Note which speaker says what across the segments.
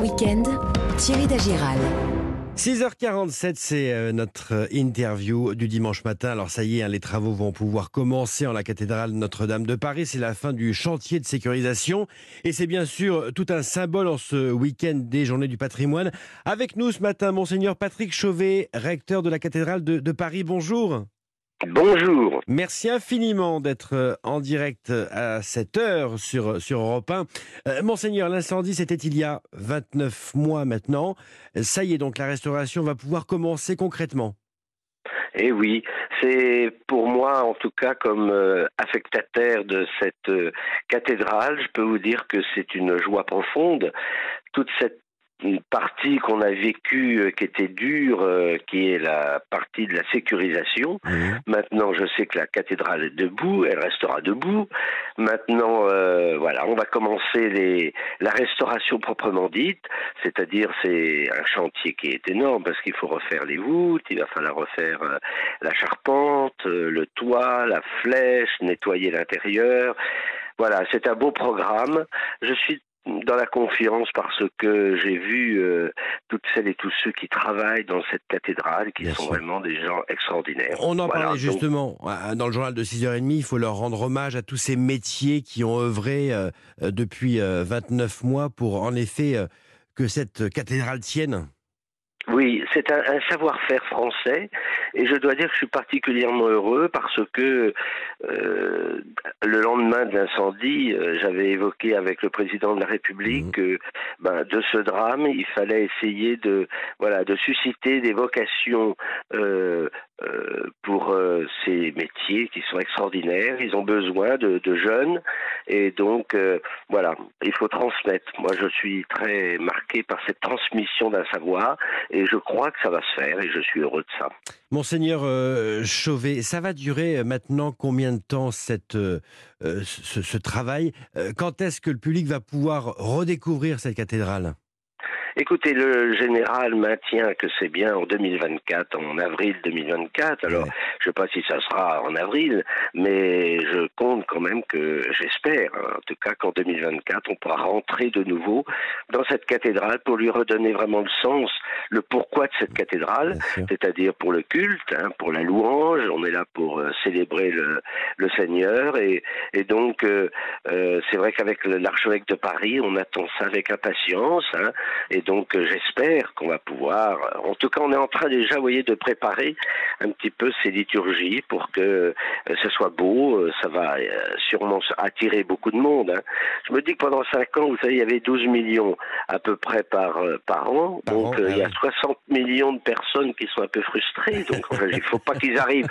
Speaker 1: week-end, Thierry Dagiral.
Speaker 2: 6h47, c'est notre interview du dimanche matin. Alors ça y est, les travaux vont pouvoir commencer en la cathédrale Notre-Dame de Paris. C'est la fin du chantier de sécurisation. Et c'est bien sûr tout un symbole en ce week-end des Journées du patrimoine. Avec nous ce matin, Monseigneur Patrick Chauvet, recteur de la cathédrale de Paris. Bonjour.
Speaker 3: Bonjour.
Speaker 2: Merci infiniment d'être en direct à cette heure sur Europe 1. Monseigneur, l'incendie, c'était il y a 29 mois maintenant. Ça y est, donc la restauration va pouvoir commencer concrètement.
Speaker 3: Eh oui, c'est pour moi, en tout cas, comme affectataire de cette cathédrale, je peux vous dire que c'est une joie profonde. Toute cette partie qu'on a vécue, qui était dure, qui est la partie de la sécurisation. Maintenant, je sais que la cathédrale est debout, elle restera debout. Maintenant, voilà, on va commencer la restauration proprement dite, c'est-à-dire c'est un chantier qui est énorme parce qu'il faut refaire les voûtes, il va falloir refaire la charpente, le toit, la flèche, nettoyer l'intérieur. Voilà, c'est un beau programme. Je suis dans la confiance parce que j'ai vu toutes celles et tous ceux qui travaillent dans cette cathédrale qui sont vraiment des gens extraordinaires.
Speaker 2: On en parlait justement dans le journal de 6h30, il faut leur rendre hommage à tous ces métiers qui ont œuvré depuis 29 mois pour en effet que cette cathédrale tienne.
Speaker 3: Oui, c'est un savoir-faire français et je dois dire que je suis particulièrement heureux parce que le lendemain de l'incendie, j'avais évoqué avec le président de la République que de ce drame, il fallait essayer de susciter des vocations pour ces métiers qui sont extraordinaires. Ils ont besoin de jeunes et donc il faut transmettre. Moi, je suis très marqué par cette transmission d'un savoir et je crois que ça va se faire et je suis heureux de ça.
Speaker 2: Monseigneur Chauvet, ça va durer maintenant combien de temps ce travail? Quand est-ce que le public va pouvoir redécouvrir cette cathédrale?
Speaker 3: Écoutez, le général maintient que c'est bien en 2024, en avril 2024. Alors, je ne sais pas si ça sera en avril, mais je compte quand même j'espère, en tout cas qu'en 2024, on pourra rentrer de nouveau dans cette cathédrale pour lui redonner vraiment le sens, le pourquoi de cette cathédrale, c'est-à-dire pour le culte, pour la louange. On est là pour célébrer le Seigneur et donc c'est vrai qu'avec l'archevêque de Paris, on attend ça avec impatience, et donc j'espère qu'on va pouvoir, en tout cas on est en train déjà, vous voyez, de préparer un petit peu ces liturgies pour que ce soit beau. Ça va sûrement attirer beaucoup de monde. Je me dis que pendant 5 ans, vous savez, il y avait 12 millions à peu près par an, donc il y a 60 millions de personnes qui sont un peu frustrées, donc il faut pas qu'ils arrivent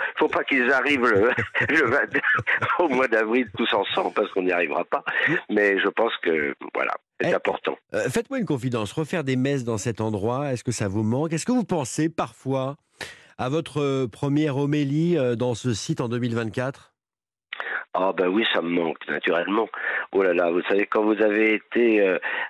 Speaker 3: au mois d'avril tous ensemble parce qu'on n'y arrivera pas, mais je pense que voilà. C'est important.
Speaker 2: Faites-moi une confidence, refaire des messes dans cet endroit, est-ce que ça vous manque? Est-ce que vous pensez parfois à votre première homélie dans ce site en 2024?
Speaker 3: Ah ben oui, ça me manque, naturellement. Oh là là, vous savez, quand vous avez été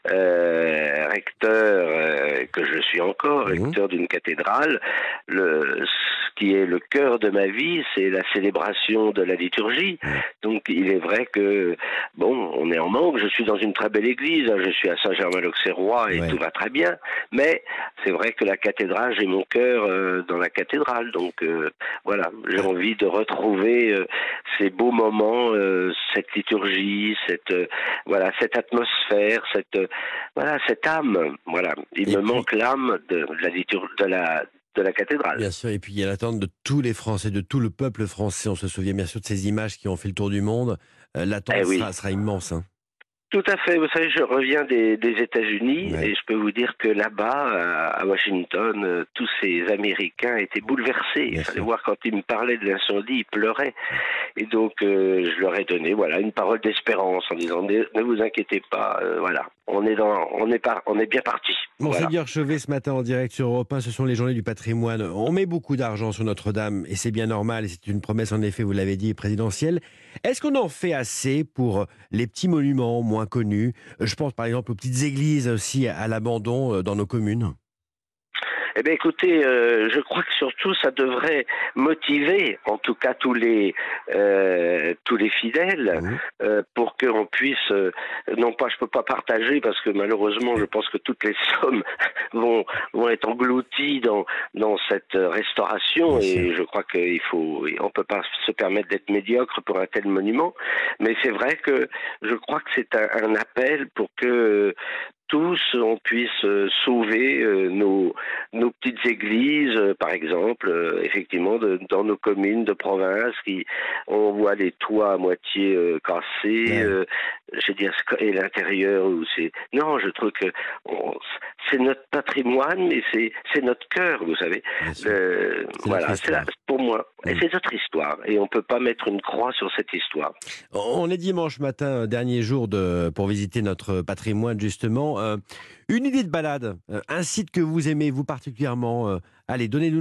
Speaker 3: recteur, que je suis encore, recteur d'une cathédrale, ce qui est le cœur de ma vie, c'est la célébration de la liturgie. Donc il est vrai que, on est en manque. Je suis dans une très belle église, je suis à Saint-Germain-l'Auxerrois et tout va très bien. Mais c'est vrai que la cathédrale, j'ai mon cœur dans la cathédrale. Donc j'ai envie de retrouver ces beaux moments, cette liturgie, cette atmosphère, cette âme. Voilà, il me manque l'âme de la liturgie, de la cathédrale.
Speaker 2: Bien sûr, et puis il y a l'attente de tous les Français, de tout le peuple français. On se souvient bien sûr de ces images qui ont fait le tour du monde. L'attente sera immense.
Speaker 3: Tout à fait. Vous savez, je reviens des États-Unis et je peux vous dire que là-bas, à Washington, tous ces Américains étaient bouleversés. Il fallait voir quand ils me parlaient de l'incendie, ils pleuraient. Et donc, je leur ai donné une parole d'espérance en disant ne vous inquiétez pas, on est bien parti.
Speaker 2: Monseigneur Chauvet, ce matin en direct sur Europe 1, ce sont les Journées du patrimoine. On met beaucoup d'argent sur Notre-Dame et c'est bien normal et c'est une promesse en effet, vous l'avez dit, présidentielle. Est-ce qu'on en fait assez pour les petits monuments moins connus? Je pense par exemple aux petites églises aussi à l'abandon dans nos communes.
Speaker 3: Eh bien, écoutez, je crois que surtout ça devrait motiver, en tout cas tous les fidèles,
Speaker 2: Mhm.
Speaker 3: pour qu'on puisse, non pas, je peux pas partager parce que malheureusement, je pense que toutes les sommes vont être englouties dans cette restauration
Speaker 2: Bien sûr.
Speaker 3: et je crois on peut pas se permettre d'être médiocre pour un tel monument. Mais c'est vrai que je crois que c'est un appel pour que tous, on puisse sauver nos petites églises, par exemple, effectivement, dans nos communes de province, on voit les toits à moitié cassés,
Speaker 2: Ouais,
Speaker 3: je veux dire, et l'intérieur où c'est. Non, je trouve que c'est notre patrimoine, mais c'est notre cœur, vous savez.
Speaker 2: bien sûr. C'est notre
Speaker 3: Voilà, c'est là
Speaker 2: histoire.
Speaker 3: pour moi, et
Speaker 2: Mm.
Speaker 3: c'est notre histoire, et on peut pas mettre une croix sur cette histoire.
Speaker 2: On est dimanche matin, dernier jour pour visiter notre patrimoine, justement. Une idée de balade, un site que vous aimez, vous particulièrement. Allez, donnez-nous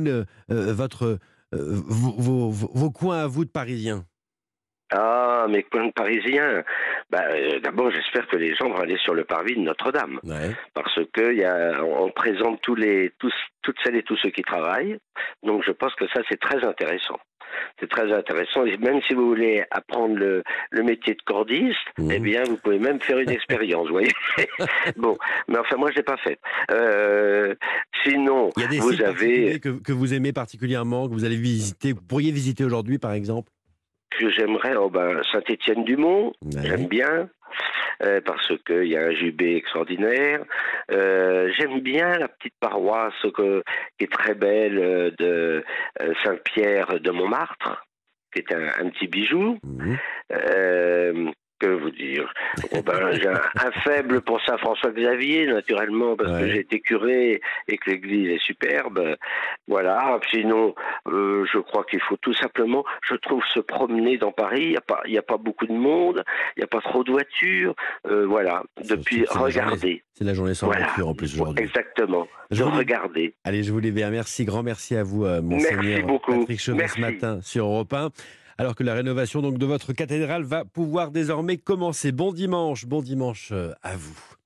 Speaker 2: vos coins à vous de Parisiens.
Speaker 3: Ah, mes coins parisiens. D'abord, j'espère que les gens vont aller sur le parvis de Notre-Dame,
Speaker 2: Ouais.
Speaker 3: parce que on présente toutes celles et tous ceux qui travaillent. Donc, je pense que ça, c'est très intéressant. C'est très intéressant. Et même si vous voulez apprendre le métier de cordiste, eh
Speaker 2: Mhm.
Speaker 3: bien, vous pouvez même faire une expérience, vous voyez. Bon, mais enfin, moi, je l'ai pas fait. Sinon,
Speaker 2: Il y a des
Speaker 3: vous
Speaker 2: sites
Speaker 3: avez
Speaker 2: particuliers que vous aimez particulièrement, que vous allez visiter, que vous pourriez visiter aujourd'hui, par exemple?
Speaker 3: que j'aimerais, Saint-Étienne-du-Mont, j'aime
Speaker 2: Ouais.
Speaker 3: bien. Parce qu'il y a un jubé extraordinaire. J'aime bien la petite paroisse qui est très belle de Saint-Pierre de Montmartre, qui est un petit bijou.
Speaker 2: Mhm.
Speaker 3: Euh, que vous dire? J'ai un faible pour Saint-François-Xavier, naturellement, parce que j'ai
Speaker 2: Ouais.
Speaker 3: été curé et que l'église est superbe. Voilà. Sinon, je crois qu'il faut tout simplement, je trouve, se promener dans Paris. Il y a pas beaucoup de monde, il n'y a pas trop de voitures. Voilà.
Speaker 2: Surtout
Speaker 3: Depuis,
Speaker 2: que
Speaker 3: regarder.
Speaker 2: c'est la journée sans
Speaker 3: Voilà.
Speaker 2: voiture en plus aujourd'hui.
Speaker 3: Exactement.
Speaker 2: Je
Speaker 3: De
Speaker 2: voulais,
Speaker 3: regarder.
Speaker 2: allez, je voulais bien. Merci, grand merci à vous,
Speaker 3: Merci
Speaker 2: monseigneur
Speaker 3: beaucoup.
Speaker 2: Patrick Chevret, ce
Speaker 3: Merci.
Speaker 2: matin sur Europe 1, alors que la rénovation donc de votre cathédrale va pouvoir désormais commencer. Bon dimanche à vous.